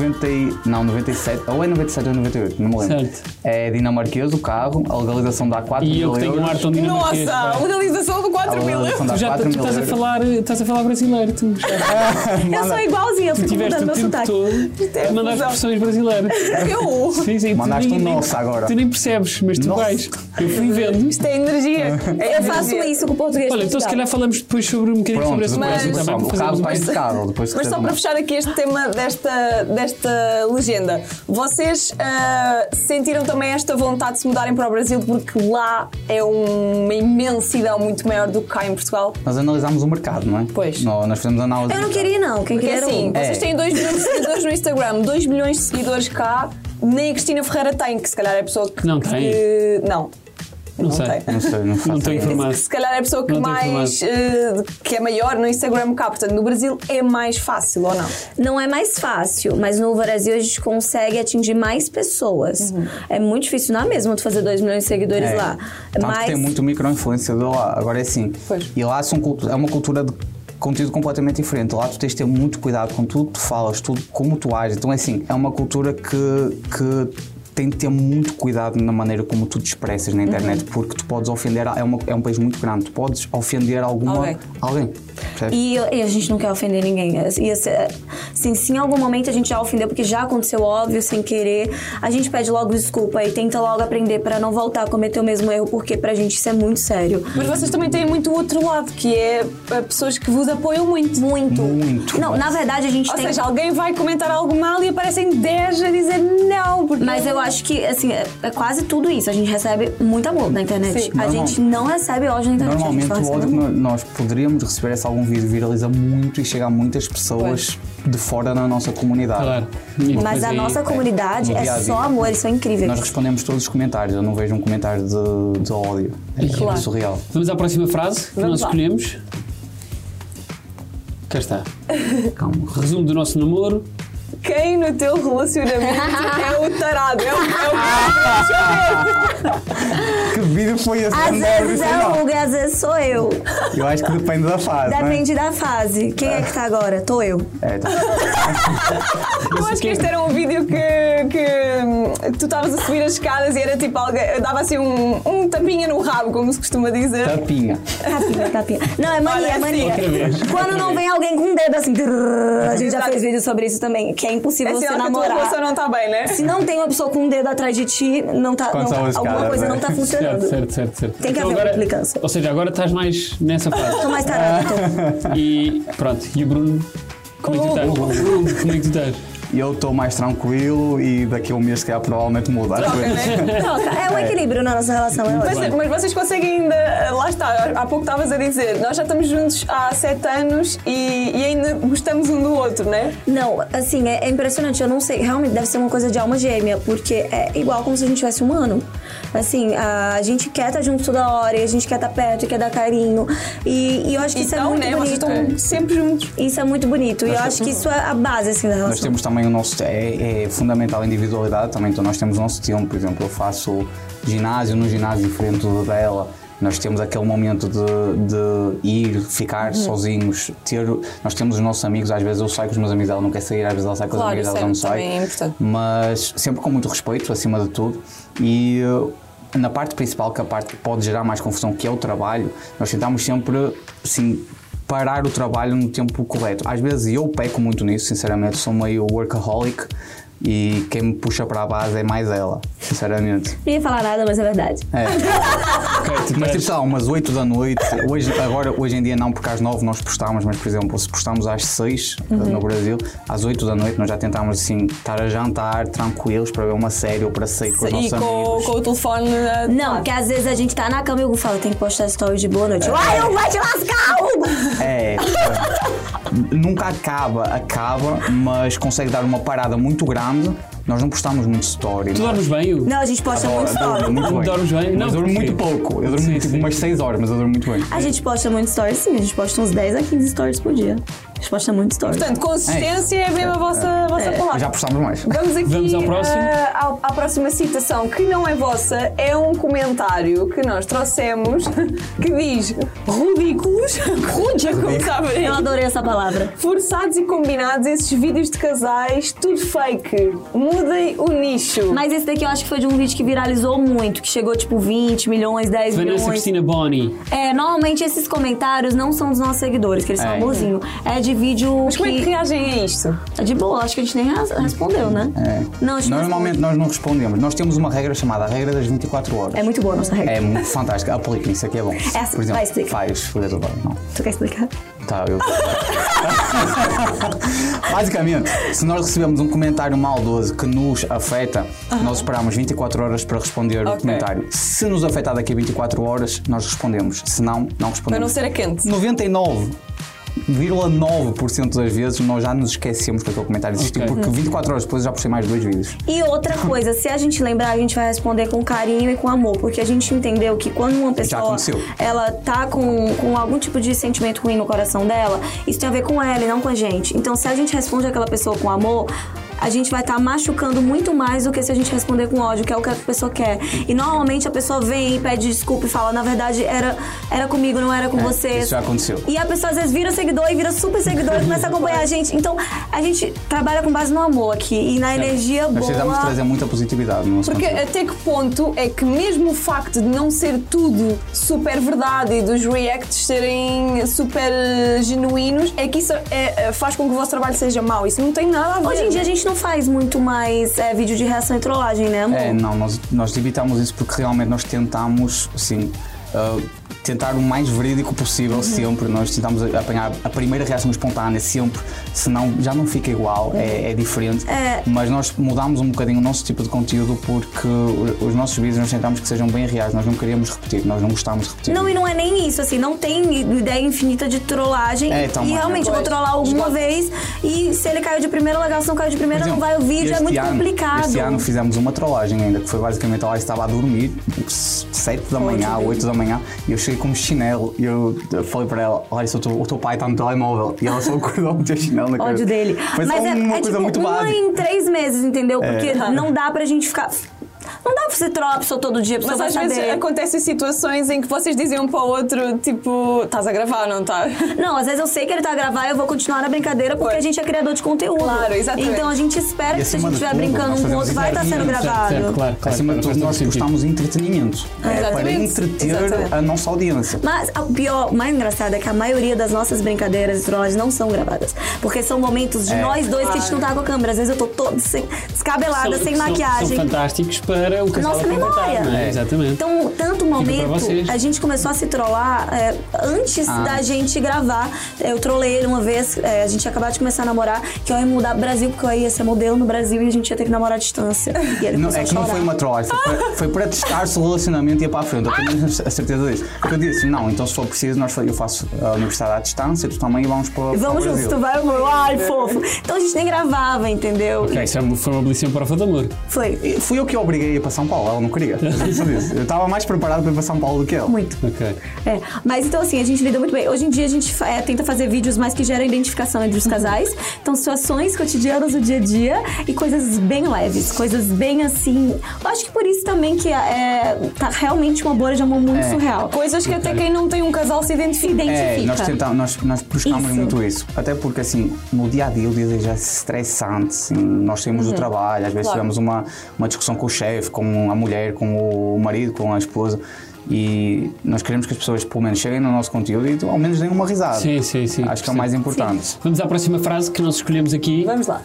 97, ou é 97 ou 98, não me lembro. Certo. É dinamarquês o carro, a legalização dá 4 mil euros. E eu que tenho um ar tão dinamarquês. Nossa, a legalização de 4 mil euros. Tu estás a falar brasileiro, tu. Eu sou igualzinha, eu fico mudando meu tempo sotaque. todo a mandar expressões brasileiras. Eu? Mandaste um nosso agora. Tu nem percebes, mas tu vais. Eu fui vendo. Isto é energia. Eu faço isso com o português. Olha, então se calhar falamos depois sobre um bocadinho sobre esse processo. O carro está impecável. Mas só para fechar aqui este tema desta legenda, vocês sentiram também esta vontade de se mudarem para o Brasil porque lá é uma imensidão muito maior do que cá em Portugal? Nós analisámos o mercado, não é? Pois. Nós fizemos análise. Eu não queria não, quem queria era assim, vocês têm 2 milhões de seguidores no Instagram, 2 milhões de seguidores cá, nem a Cristina Ferreira tem, que se calhar é a pessoa que... Não tem? Não sei. tem. Não estou informado. Se calhar é a pessoa que mais que é maior no Instagram cá, portanto no Brasil é mais fácil ou não? Não é mais fácil, mas no Brasil a gente consegue atingir mais pessoas. É muito difícil, não é mesmo, tu fazer 2 milhões de seguidores lá. Tanto que tem muito micro-influenciador lá, agora é assim. Pois. E lá é uma cultura de conteúdo completamente diferente. Lá tu tens de ter muito cuidado com tudo que tu falas, tudo como tu ages. Então é assim, é uma cultura que tem de ter muito cuidado na maneira como tu te expressas na internet, porque tu podes ofender, é um país muito grande, tu podes ofender alguém. E a gente não quer ofender ninguém. Se em algum momento a gente já ofendeu, porque já aconteceu, óbvio, sem querer, a gente pede logo desculpa e tenta logo aprender para não voltar a cometer o mesmo erro, porque pra gente isso é muito sério. Mas vocês também têm muito o outro lado, que é pessoas que vos apoiam muito. Muito. Não, na verdade a gente Ou seja, alguém vai comentar algo mal e aparecem 10 a dizer não. Mas eu acho que, assim, é quase tudo isso. A gente recebe muito amor na internet. Sim. A gente não recebe ódio na internet. Normalmente a gente o só ódio recebe que nós poderíamos receber se algum vídeo viraliza muito e chega a muitas pessoas de fora da nossa comunidade. Claro. E Mas depois a aí- nossa comunidade no é dia a dia. só amor, eles são incríveis. Nós respondemos todos os comentários, eu não vejo um comentário de ódio. É Claro. surreal. Vamos à próxima frase que Vamos nós lá. escolhemos. Cá está. Calma. Resumo do nosso namoro. Quem no teu relacionamento é o tarado? É o Que vídeo foi esse? Às Não lembro vezes disso, é não. o Hugo e às vezes sou eu. Eu acho que depende da fase. Depende da fase. Quem é que tá agora? Tô eu. Né? Tá. Eu acho que este era um vídeo que tu estavas a subir as escadas e era tipo alguém, dava assim um tapinha no rabo, como se costuma dizer. Tapinha. Tapinha. Não, é mania, Olha, é mania. outra vez. Quando não vem alguém com um dedo assim, a gente já fez vídeo sobre isso também, que é impossível É você sinal que a tua relação namorar. não está bem, né? Se não tem uma pessoa com um dedo atrás de ti, não tá, Quando não tá- são as alguma caras, coisa né? não tá funcionando. Certo. Tem que haver agora, uma implicância. Ou seja, agora estás mais nessa fase. Tô mais tarada, tô. E pronto. E o Bruno? Como é que tu estás? Bruno, como é que tu estás? E eu estou mais tranquilo e daqui a um mês, se calhar, provavelmente muda as coisas. É um equilíbrio na nossa relação, é ótimo. Mas vocês conseguem ainda. Lá está, há pouco estavas a dizer, nós já estamos juntos há 7 anos e ainda gostamos um do outro, né? Não, assim, é impressionante. Eu não sei, realmente deve ser uma coisa de alma gêmea, porque é igual como se a gente tivesse um ano. Assim, a gente quer estar junto toda hora, e a gente quer estar perto, e quer dar carinho. E eu acho que isso é Então, muito né? Vocês bonito. estão sempre juntos. Isso é muito bonito. E eu acho que isso é a base, assim, da Nós relação. temos também o nosso. É fundamental a individualidade também, então nós temos o nosso tempo. Por exemplo, eu faço ginásio, no ginásio diferente do dela. Nós temos aquele momento de ir, ficar sozinhos. Nós temos os nossos amigos, às vezes eu saio com os meus amigos, ela não quer sair, às vezes ela sai com os Claro, amigos, isso ela não sai. também é importante. Mas sempre com muito respeito, acima de tudo. E na parte principal, que é a parte que pode gerar mais confusão, que é o trabalho, nós tentamos sempre, assim, parar o trabalho no tempo correto. Às vezes eu peco muito nisso, sinceramente, sou meio workaholic e quem me puxa para a base é mais ela, sinceramente. Não ia falar nada, mas é verdade. É. Mas tipo, sei lá, umas 8 da noite, hoje em dia não, porque às 9 nós postámos, mas por exemplo, se postámos às 6 no Brasil, às 8 da noite nós já tentámos assim estar a jantar tranquilos para ver uma série ou para sair com os E nossos amigos. com o telefone. Não, porque às vezes a gente tá na cama e o Hugo fala, tem que postar story de boa noite. Ai, Hugo, vai te lascar, Hugo! Nunca acaba, mas consegue dar uma parada muito grande. Nós não postamos muito story. Tu dormes bem, Hugo? Não, a gente posta muito Adoro story. muito bem. Dormes bem? Não, Mas durmo porquê? muito pouco. Eu durmo Sim, tipo sim. umas 6 horas, mas eu durmo muito bem. A gente posta muito stories, sim. A gente posta uns 10 a 15 stories por dia. A gente posta muito stories. Portanto, consistência é mesmo a vossa palavra. Mas já postámos mais. Vamos aqui Vamos ao próximo? à próxima citação, que não é vossa, é um comentário que nós trouxemos que diz ridículos, como sabem, Eu adorei essa palavra. forçados e combinados, esses vídeos de casais, tudo fake. Mudem o nicho. Mas esse daqui eu acho que foi de um vídeo que viralizou muito, que chegou tipo 20 milhões, 10 Vanessa milhões. Cristina Boni. Normalmente esses comentários não são dos nossos seguidores, que eles são É. amorzinho. É de vídeo Mas como é que reagem a isto? É de boa, acho que a gente nem respondeu, né? Não, a gente não Normalmente nós não respondemos. Nós temos uma regra chamada a regra das 24 horas. É muito boa a nossa regra. É muito fantástica. Apliquem, isso aqui é bom. Essa, Por exemplo, vai, explica. faz letra do não. Tu quer explicar? Tá, eu. Basicamente, se nós recebemos um comentário maldoso que nos afeta, nós esperamos 24 horas para responder o Ok. comentário. Se nos afetar daqui a 24 horas, nós respondemos. Se não, não Para não respondemos. ser a quente. 99,9% das vezes nós já nos esquecemos que aquele comentário existiu, Ok. porque 24 horas depois eu já postei mais 2 vídeos. E outra coisa, se a gente lembrar, a gente vai responder com carinho e com amor, porque a gente entendeu que quando uma pessoa aconteceu. ela tá com algum tipo de sentimento ruim no coração dela, isso tem a ver com ela e não com a gente. Então, se a gente responde aquela pessoa com amor, a gente vai estar machucando muito mais do que se a gente responder com ódio, que é o que a pessoa quer. E normalmente a pessoa vem e pede desculpa e fala, na verdade, era comigo, não era com você. Isso já aconteceu. E a pessoa às vezes vira seguidor e vira super seguidor e começa a acompanhar a gente. Então, a gente trabalha com base no amor aqui e na energia Nós tentamos boa. trazer muita positividade no nosso Porque conteúdo. até que ponto é que mesmo o facto de não ser tudo super verdade e dos reacts serem super genuínos, é que isso faz com que o vosso trabalho seja mau. Isso não tem nada a ver. Hoje em dia a gente não faz muito mais vídeo de reação e trollagem, né, amor? Não, nós evitamos isso porque realmente nós tentamos, assim, tentar o mais verídico possível sempre. Nós tentamos apanhar a primeira reação espontânea sempre, senão já não fica igual, é diferente. Mas nós mudámos um bocadinho o nosso tipo de conteúdo porque os nossos vídeos nós tentamos que sejam bem reais, nós não queríamos repetir, nós não gostávamos de repetir. Não, e não é nem isso, assim, não tem ideia infinita de trollagem. E realmente eu vou trollar uma vez e se ele caiu de primeira, legal, se não caiu de primeira, não vai o vídeo, é muito complicado. Este ano fizemos uma trollagem ainda, que foi basicamente ela estava a dormir, 7 da manhã, 8 da manhã, e eu cheguei com um chinelo e eu falei para ela, Larissa, o teu pai está no telemóvel, e ela só acordou de ter chinelo na cabeça. Ódio dele. Foi mas só uma coisa tipo muito básica. em 3 meses, entendeu? Porque não dá pra gente ficar... Não dá pra você trollar a pessoa todo dia, a pessoa mas às vezes acontecem situações em que vocês dizem um para o outro, tipo, estás a gravar, não está? Não, às vezes eu sei que ele tá a gravar e eu vou continuar na brincadeira porque a gente é criador de conteúdo. Claro, exatamente. Então a gente espera que se a gente estiver brincando um com o outro, vai estar sendo gravado. Claro. Acima de tudo, nós gostamos de entretenimento. Para entreter a nossa audiência. Mas o mais engraçado é que a maioria das nossas brincadeiras e trollagens não são gravadas. Porque são momentos de nós dois que a gente não tá com a câmera. Às vezes eu tô toda descabelada, sem maquiagem. São fantásticos para o casal nossa memória. Né? Exatamente. Então, tanto momento, a gente começou a se trollar antes da gente gravar. Eu trolei ele uma vez, a gente ia acabar de começar a namorar, que eu ia mudar pro Brasil, porque eu ia ser modelo no Brasil e a gente ia ter que namorar à distância. E ele não foi uma trollagem, foi para testar se o relacionamento ia para a frente. Eu tenho a certeza disso. Porque eu disse, não, então se for preciso, eu faço a universidade à distância, tu também vamos para o Brasil. Vamos juntos, tu vai, ai, fofo. Então a gente nem gravava, entendeu? Ok, isso foi uma belíssima prova de amor. Foi. Fui eu que a obriguei a ir para São Paulo, ela não queria. Eu estava mais preparado para ir para São Paulo do que ela. Muito. Ok. Mas então assim, a gente lida muito bem. Hoje em dia a gente tenta fazer vídeos mais que geram identificação entre os casais. Então situações cotidianas do dia a dia e coisas bem leves, coisas bem assim... Eu acho que por isso também que tá realmente uma bolha de amor muito surreal. Coisas que até quem não tem um casal se identifica. Nós buscamos muito isso. Até porque assim, no dia a dia o dia já é estressante. Assim, nós temos o trabalho, às vezes tivemos uma discussão com o chefe, com a mulher, com o marido, com a esposa. E nós queremos que as pessoas pelo menos cheguem no nosso conteúdo e ao menos deem uma risada. Sim. Acho que é o mais importante. Sim. Vamos à próxima frase que nós escolhemos aqui. Vamos lá.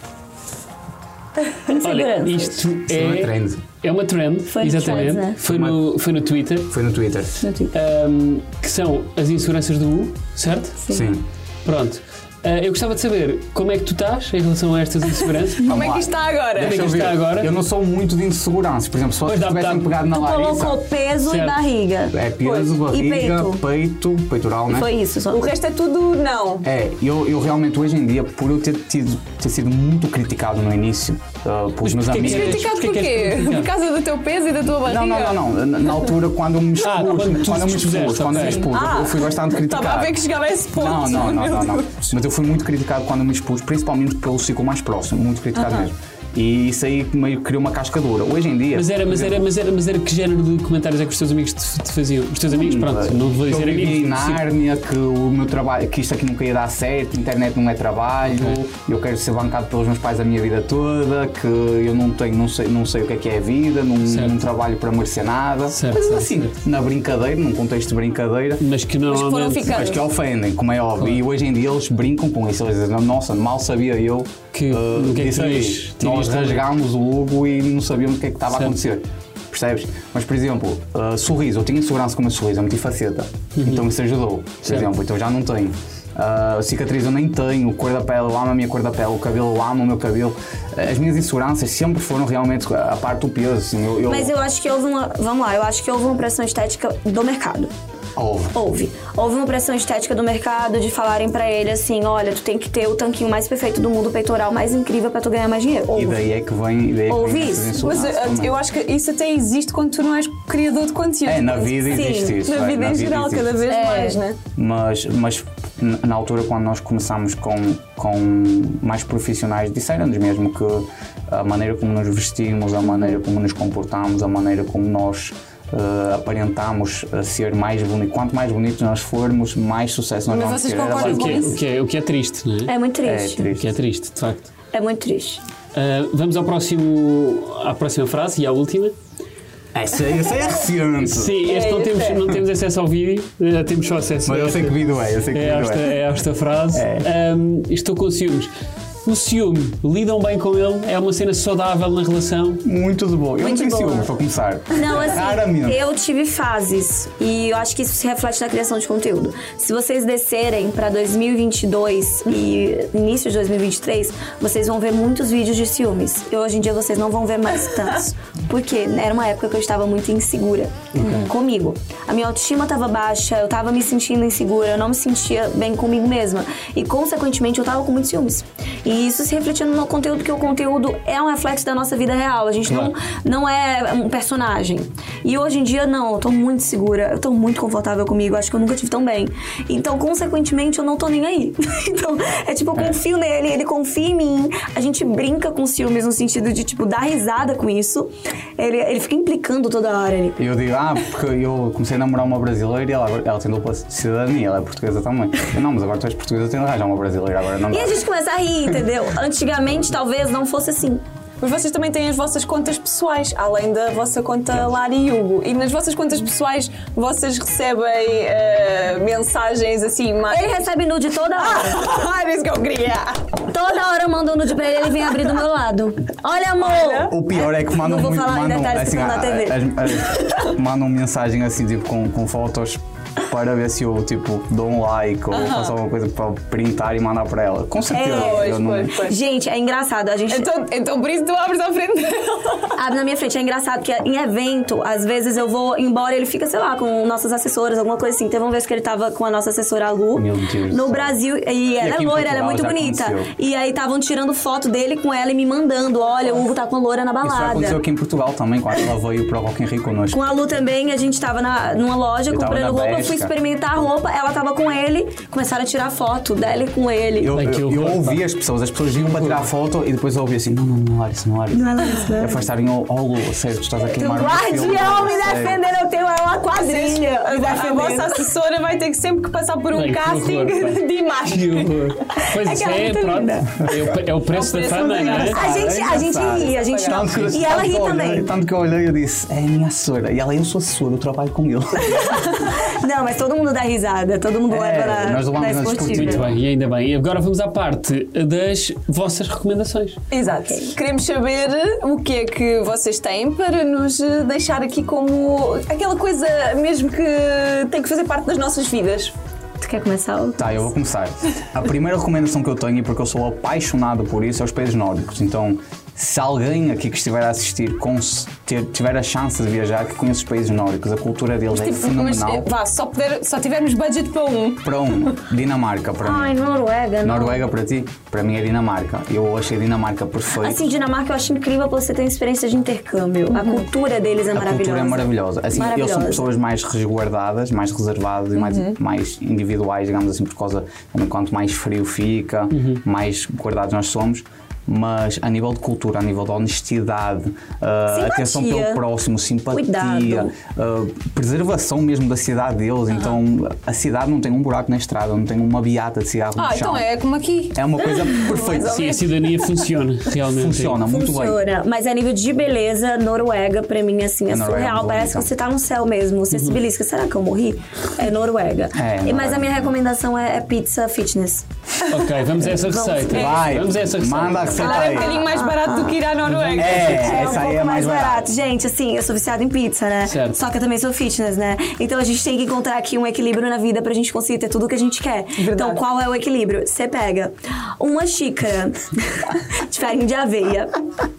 Olha, isto é uma trend, exatamente. Né? Foi no Twitter. Foi no Twitter. Que são as inseguranças do Hugo, certo? Sim. Pronto. Eu gostava de saber como é que tu estás em relação a estas inseguranças. Como é que está agora? Eu não sou muito de inseguranças. Por exemplo, se vocês tivessem pegado na Larissa... Tu colocou peso e barriga. É peso, barriga, peito, peitoral, né? Foi isso só. O resto é tudo não. Eu realmente hoje em dia, por eu ter sido muito criticado no início, pelos meus amigos... Criticado por quê? Por causa do teu peso e da tua barriga? Não. Na altura, quando eu me expus, eu fui bastante criticado. Estava a ver que chegava a esse ponto. Não. Mas eu fui muito criticado quando eu me expus, principalmente pelo ciclo mais próximo, muito criticado mesmo. E isso aí meio criou uma casca dura. Hoje em dia... Mas era que género de comentários é que os teus amigos te faziam? Os teus amigos, pronto, não vou dizer amigos. Eu vivi em Nárnia, que o meu trabalho, que isto aqui nunca ia dar certo, internet não é trabalho, eu quero ser bancado pelos meus pais a minha vida toda, que eu não sei o que é a vida, não trabalho para merecer nada. Coisas assim, na brincadeira, num contexto de brincadeira. Mas que normalmente... Mas que ofendem, como é óbvio. E hoje em dia eles brincam com isso. Eles dizem, nossa, mal sabia eu que nós rasgámos o Hugo e não sabíamos o que é que estava a acontecer. Percebes? Mas, por exemplo, sorriso. Eu tinha insegurança com o meu sorriso, eu meti faceta. Então isso ajudou, por exemplo. Então já não tenho. Cicatriz eu nem tenho, cor da pele, eu amo a minha cor da pele, o cabelo, eu amo o meu cabelo. As minhas inseguranças sempre foram realmente a parte do peso. Assim, Mas eu acho que houve eu acho que houve uma pressão estética do mercado. Houve uma pressão estética do mercado de falarem pra ele assim, olha, tu tem que ter o tanquinho mais perfeito do mundo, o peitoral mais incrível pra tu ganhar mais dinheiro. E daí é que vem... Houve isso. Mas eu acho que isso até existe quando tu não és criador de conteúdo. Na vida existe isso. Na vida em geral, cada vez mais, né? Mas na altura, quando nós começámos com mais profissionais, disseram-nos mesmo que a maneira como nos vestimos, a maneira como nos comportamos, a maneira como nós aparentamos ser mais bonitos. Quanto mais bonitos nós formos, mais sucesso nós vamos ter. O que é triste, não é? É muito triste. O que é triste, de facto. É muito triste. Vamos à próxima frase e à última. Essa é recente. Sim, não temos acesso ao vídeo, temos só acesso Mas eu sei que vídeo é. É esta frase. Estou com ciúmes. O ciúme, lidam bem com ele? É uma cena saudável na relação? Muito de boa. Eu não Muito tenho boa. ciúmes, para começar. Não, assim, Raramente. eu tive fases e eu acho que isso se reflete na criação de conteúdo. Se vocês descerem pra 2022 e início de 2023, vocês vão ver muitos vídeos de ciúmes. E hoje em dia vocês não vão ver mais tantos. Porque era uma época que eu estava muito insegura comigo. A minha autoestima estava baixa, eu tava me sentindo insegura, eu não me sentia bem comigo mesma. E, consequentemente, eu tava com muitos ciúmes. E isso se refletia no meu conteúdo, porque o conteúdo é um reflexo da nossa vida real. A gente não é um personagem. E hoje em dia, não. Eu tô muito segura, eu tô muito confortável comigo. Acho que eu nunca tive tão bem. Então, consequentemente, eu não tô nem aí. Então, é tipo, eu confio nele, ele confia em mim. A gente brinca com ciúmes no sentido de, tipo, dar risada com isso. Ele fica implicando toda hora. E eu digo, porque eu comecei a namorar uma brasileira e ela tem dupla cidadania, ela é portuguesa também. Eu, não, mas agora tu és portuguesa, eu tenho de arranjar uma brasileira, agora não dá. E a gente começa a rir, entendeu? Antigamente, talvez não fosse assim. Mas vocês também têm as vossas contas pessoais, além da vossa conta Lara e Hugo. E nas vossas contas pessoais, vocês recebem mensagens assim mais... Ele recebe nude toda hora. Era isso que eu queria! Toda hora eu mando um nude pra ele, ele vem abrir do meu lado. Olha, amor! O pior é que mandam Não vou muito, falar em detalhes, assim, senão na TV. mandam mensagem assim, tipo, com fotos para ver se eu, tipo, dou um like ou faço alguma coisa para printar e mandar para ela. Com certeza. eu não... Pois. Gente, é engraçado. A gente Então por isso tu abres à frente dela. abre na minha frente. É engraçado que em evento, às vezes eu vou embora e ele fica, sei lá, com nossas assessoras, alguma coisa assim. Teve uma vez que ele tava com a nossa assessora, a Lu, Meu Deus do no céu. Brasil. E ela é aqui em loira, ela é Portugal muito já bonita. aconteceu. E aí estavam tirando foto dele com ela e me mandando. Olha, o Hugo tá com a loira na Isso já balada. aconteceu aqui em Portugal também, quando ela veio para o Rock in Rio connosco. Com a Lu também, a gente tava numa loja Eu tava comprando na roupa, Bélgica. fui experimentar a roupa, ela tava com ele, começaram a tirar foto dela e com ele. Eu ouvi as pessoas vinham para tirar foto e depois eu ouvi assim, não, Larissa, não, Larissa. Não é Larissa, não é. Afastaram ao Lu, sério, tu estás a O queimar guardião me defendendo, eu tenho uma quadrilha me A vossa defendendo. assessora vai ter que sempre que passar por um Bem, que casting horror, pá. de Que imagem. horror. Pois É isso que ela é muito pronto. linda. É o preço da fama, não é? A gente ri, a gente ri. E ela ri também. Tanto que eu olhei e disse, é a minha assessora. E ela, eu sou assessora, eu trabalho com ele. Não, mas todo mundo dá risada, todo mundo leva nós levamos na na esportiva. Muito bem, e ainda bem. E agora vamos à parte das vossas recomendações. Exato. Queremos saber o que é que vocês têm para nos deixar aqui como aquela coisa mesmo que tem que fazer parte das nossas vidas. Tu quer começar? Tá, eu vou começar. A primeira recomendação que eu tenho, e porque eu sou apaixonado por isso, é os países nórdicos. Então, se alguém aqui que estiver a assistir tiver a chance de viajar, que conheça os países nórdicos, a cultura deles é fenomenal. Mas só tivermos budget para um. Para Dinamarca, para Ai, mim. Noruega, não. Noruega para ti? Para mim é Dinamarca. Eu achei Dinamarca perfeita. Assim, Dinamarca eu acho incrível pra você ter uma experiência de intercâmbio. A cultura deles é A maravilhosa. cultura é maravilhosa. Assim, eles Maravilhosa. são pessoas mais resguardadas, mais reservadas e mais individuais, digamos assim, por causa também quanto mais frio fica, mais guardados nós somos. Mas a nível de cultura, a nível de honestidade, atenção pelo próximo, simpatia, preservação mesmo da cidade deles. Então a cidade não tem um buraco na estrada, não tem uma beata de cigarro no chão. Então é como aqui. É uma coisa perfeita. Sim, a cidadania funciona, realmente. Funciona muito bem. Funciona, mas a nível de beleza, Noruega, pra mim, assim, é Noruega é surreal. muito Parece que bonita. você tá no céu mesmo. Você se belisca. Será que eu morri? É Noruega. Mas a minha recomendação é pizza fitness. Ok, vamos a essa receita. Vai, Vamos a essa receita. manda a receita Ela é um aí. bocadinho mais barato do que ir à Noruega. Essa aí é mais barata. Gente, assim, eu sou viciada em pizza, né? Certo. Só que eu também sou fitness, né? Então a gente tem que encontrar aqui um equilíbrio na vida pra gente conseguir ter tudo o que a gente quer. Então qual é o equilíbrio? Você pega uma xícara de farinha de aveia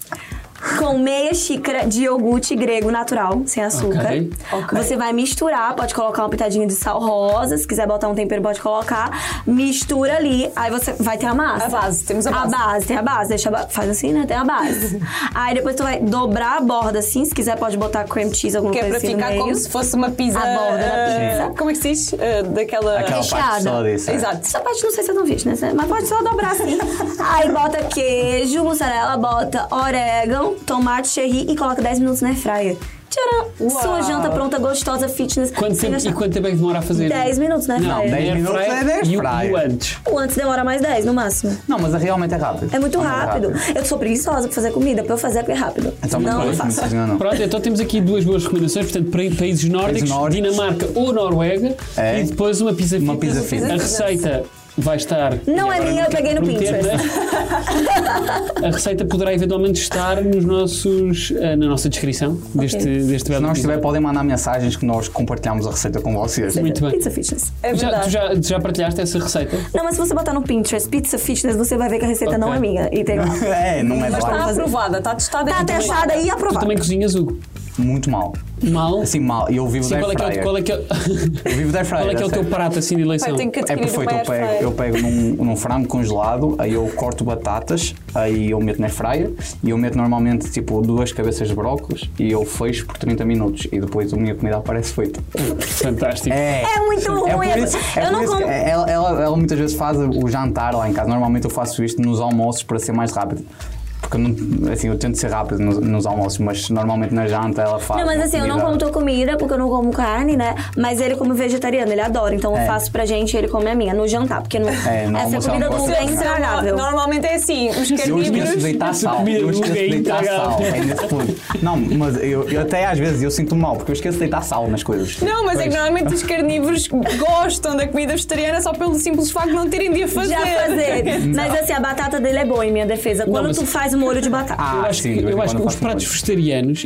com meia xícara de iogurte grego natural, sem açúcar. Ok. Você vai misturar, pode colocar uma pitadinha de sal rosa, se quiser botar um tempero pode colocar. Mistura ali, aí você vai ter a massa. A base, temos a base. Tem a base, faz assim, né? Tem a base. Aí depois tu vai dobrar a borda assim, se quiser pode botar cream cheese, alguma Que é coisa para assim no ficar meio. como se fosse uma pizza. A borda da pizza. Como é que se diz? Daquela. Aquela parte recheada. só disso. Exato. Essa parte não sei se eu não fiz, né? Mas pode só dobrar assim. Aí bota queijo, mussarela, bota orégano, tomate cherry e coloca 10 minutos na airfryer. Tcharam! Uau. Sua janta pronta, gostosa, fitness. Quanto sem tempo, gastar. e quanto tempo é que demora a fazer? 10 minutos na Não, airfryer. 10 minutos é 10 e o fryer. antes. O antes demora mais 10 no máximo. Não, mas realmente é rápido. É muito rápido. Eu sou preguiçosa pra fazer comida, pra eu fazer porque é rápido. Então, não, muito eu bem, faço. muito bem, não. Pronto, então temos aqui duas boas recomendações, portanto, para países nórdicos, nórdicos. Dinamarca ou Noruega, É. e depois uma pizza Uma fitness. pizza fitness. A receita vai estar... Não é minha, eu peguei no prometer, Pinterest. A receita poderá eventualmente estar nos nossos, na nossa descrição deste belo Se não estiver, episódio. podem mandar mensagens que nós compartilhamos a receita com vocês. Muito bem. Pizza Fitness. É Tu verdade. já partilhaste essa receita? Não, mas se você botar no Pinterest Pizza Fitness, você vai ver que a receita Ok. não é minha. E tem lá. É, não é Mas claro. está aprovada, está testada. Tá testada e Tu aprovada. também cozinhas, Hugo? Muito mal. Mal? Assim, mal. E eu vivo Sim, da qual é que é, airfryer. qual é que é, Eu vivo da airfryer. qual é que é o teu sério. prato assim de eleição? Vai ter que É adquirir perfeito, uma airfryer. eu pego num frango congelado, aí eu corto batatas, aí eu meto na airfryer e eu meto normalmente tipo 2 cabeças de brócolis e eu fecho por 30 minutos e depois a minha comida aparece feita. Fantástico. É muito ruim. por isso, Eu não por isso como. que ela muitas vezes faz o jantar lá em casa. Normalmente eu faço isto nos almoços para ser mais rápido. Porque eu, não, assim, eu tento ser rápido nos almoços, mas normalmente na janta ela faz. Não, mas assim, eu não como tua comida, porque eu não como carne, né? Mas ele come vegetariano, ele adora. Então eu faço pra gente e ele come a minha, no jantar. Porque no essa almoço comida eu não do gosto Hugo é de carne. intragável. Normalmente é assim, os Eu esqueço de carnívoros. deitar sal. comida Eu do esqueço Hugo é de deitar sal. intragável. É nesse ponto. Não, mas eu até às vezes eu sinto mal, porque eu esqueço de deitar sal nas coisas. Não, mas é que Pois. normalmente os carnívoros gostam da comida vegetariana só pelo simples facto de não terem de a fazer. Já fazer. Mas assim, a batata dele é boa, em minha defesa. Quando mas- tu faz molho de batata. Ah, Eu acho sim, que, de vez em eu acho quando que os faço pratos muito. vegetarianos,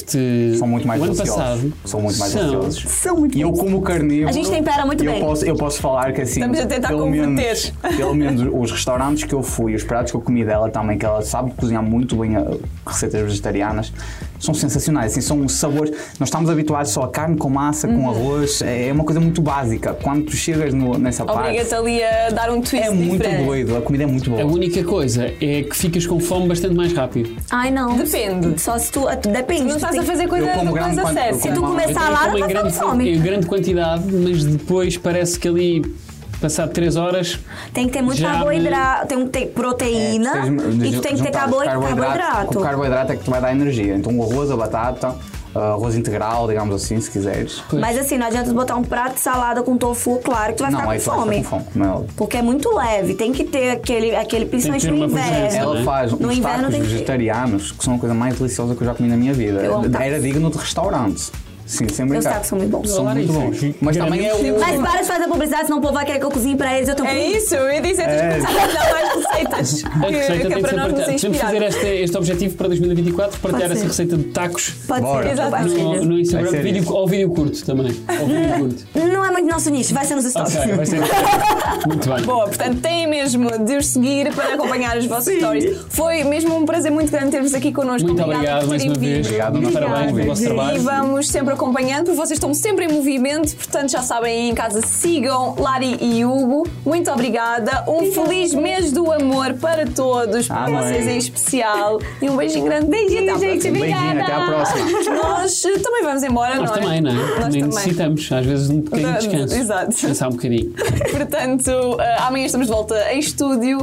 São muito mais o ano deliciosos. passado, São muito mais são. deliciosos. São muito E eu bons. como carnívoro. A gente tempera muito e bem. Eu posso falar que assim. Estamos a tentar pelo converter. pelo menos os restaurantes que eu fui, os pratos que eu comi dela também, que ela sabe cozinhar muito bem receitas vegetarianas, são sensacionais. Assim, são sabores. Nós estamos habituados só a carne com massa, com arroz. É uma coisa muito básica. Quando tu chegas nessa parte. Obriga-te ali a dar um twist É muito diferente. doido. A comida é muito boa. A única coisa é que ficas com fome bastante mais rápido. Ai, não. Depende. Só se tu. Depende. Não tu estás tem a fazer Eu coisa como grande coisa quanti- eu certa. como tu uma- comer salada, como vai ficar com fome. em grande quantidade, mas depois parece que ali, passado 3 horas, Tem que ter muito Já carboidrato, tem que ter proteína e tu tem que ter carboidrato. O carboidrato é que te vai dar energia. Então o arroz, a batata, arroz integral, digamos assim, se quiseres. Mas assim, não adianta tu botar um prato de salada com tofu, claro que tu vai Não, ficar aí com tu vai fome. ficar com fome, como é óbvio. Porque é muito leve, tem que ter aquele principalmente ter no uma inverno. presença, Ela né? faz No uns inverno tacos tem que ter. vegetarianos que são a coisa mais deliciosa que eu já comi na minha vida. Eu amo tacos. Era digno de restaurante. Sim, sem Meus brincar. tacos são muito bons. São muito bons. Mas também é o... Mas para de fazer publicidade, senão o povo vai querer que eu cozinhe pra eles. Eu tô É isso, eu ia dizer, tens que começar a dar mais receitas. a receita que é tem que para ser nós nos partilhada. Podemos fazer inspirar. este objetivo para 2024, partilhar Pode essa ser. receita de tacos Pode Bora. ser. Exato. Vai ser. no Instagram, Vai ser isso. ou vídeo curto também. Ou vídeo curto. Não é muito nosso nicho, vai ser nos stories. Ok, vai ser muito bem. Boa, portanto, têm mesmo de os seguir para acompanhar as vossas stories. Foi mesmo um prazer muito grande ter-vos aqui connosco. Muito Obrigada obrigado por mais terem uma vez. vindo. Obrigado, Muitos obrigado. parabéns pelo vosso E trabalho. vamos sempre acompanhando, porque vocês estão sempre em movimento, portanto já sabem, aí em casa sigam Lari e Hugo. Muito obrigada. Um feliz mês do amor para todos, para Amém. vocês em especial. E um beijinho grande. Beijinho, gente. Um beijinho, até à próxima. Nós também vamos embora, Nós não é? também, não é? Nós Nem também. necessitamos, às vezes, um pequeno descanso. Exato. Descansar um bocadinho. Portanto, amanhã estamos de volta em estúdio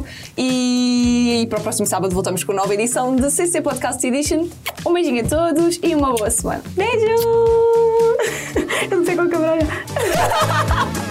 e para o próximo sábado voltamos com a nova edição de CC Podcast Edition. Um beijinho a todos e uma boa semana. Beijo! Eu não sei qual câmera é.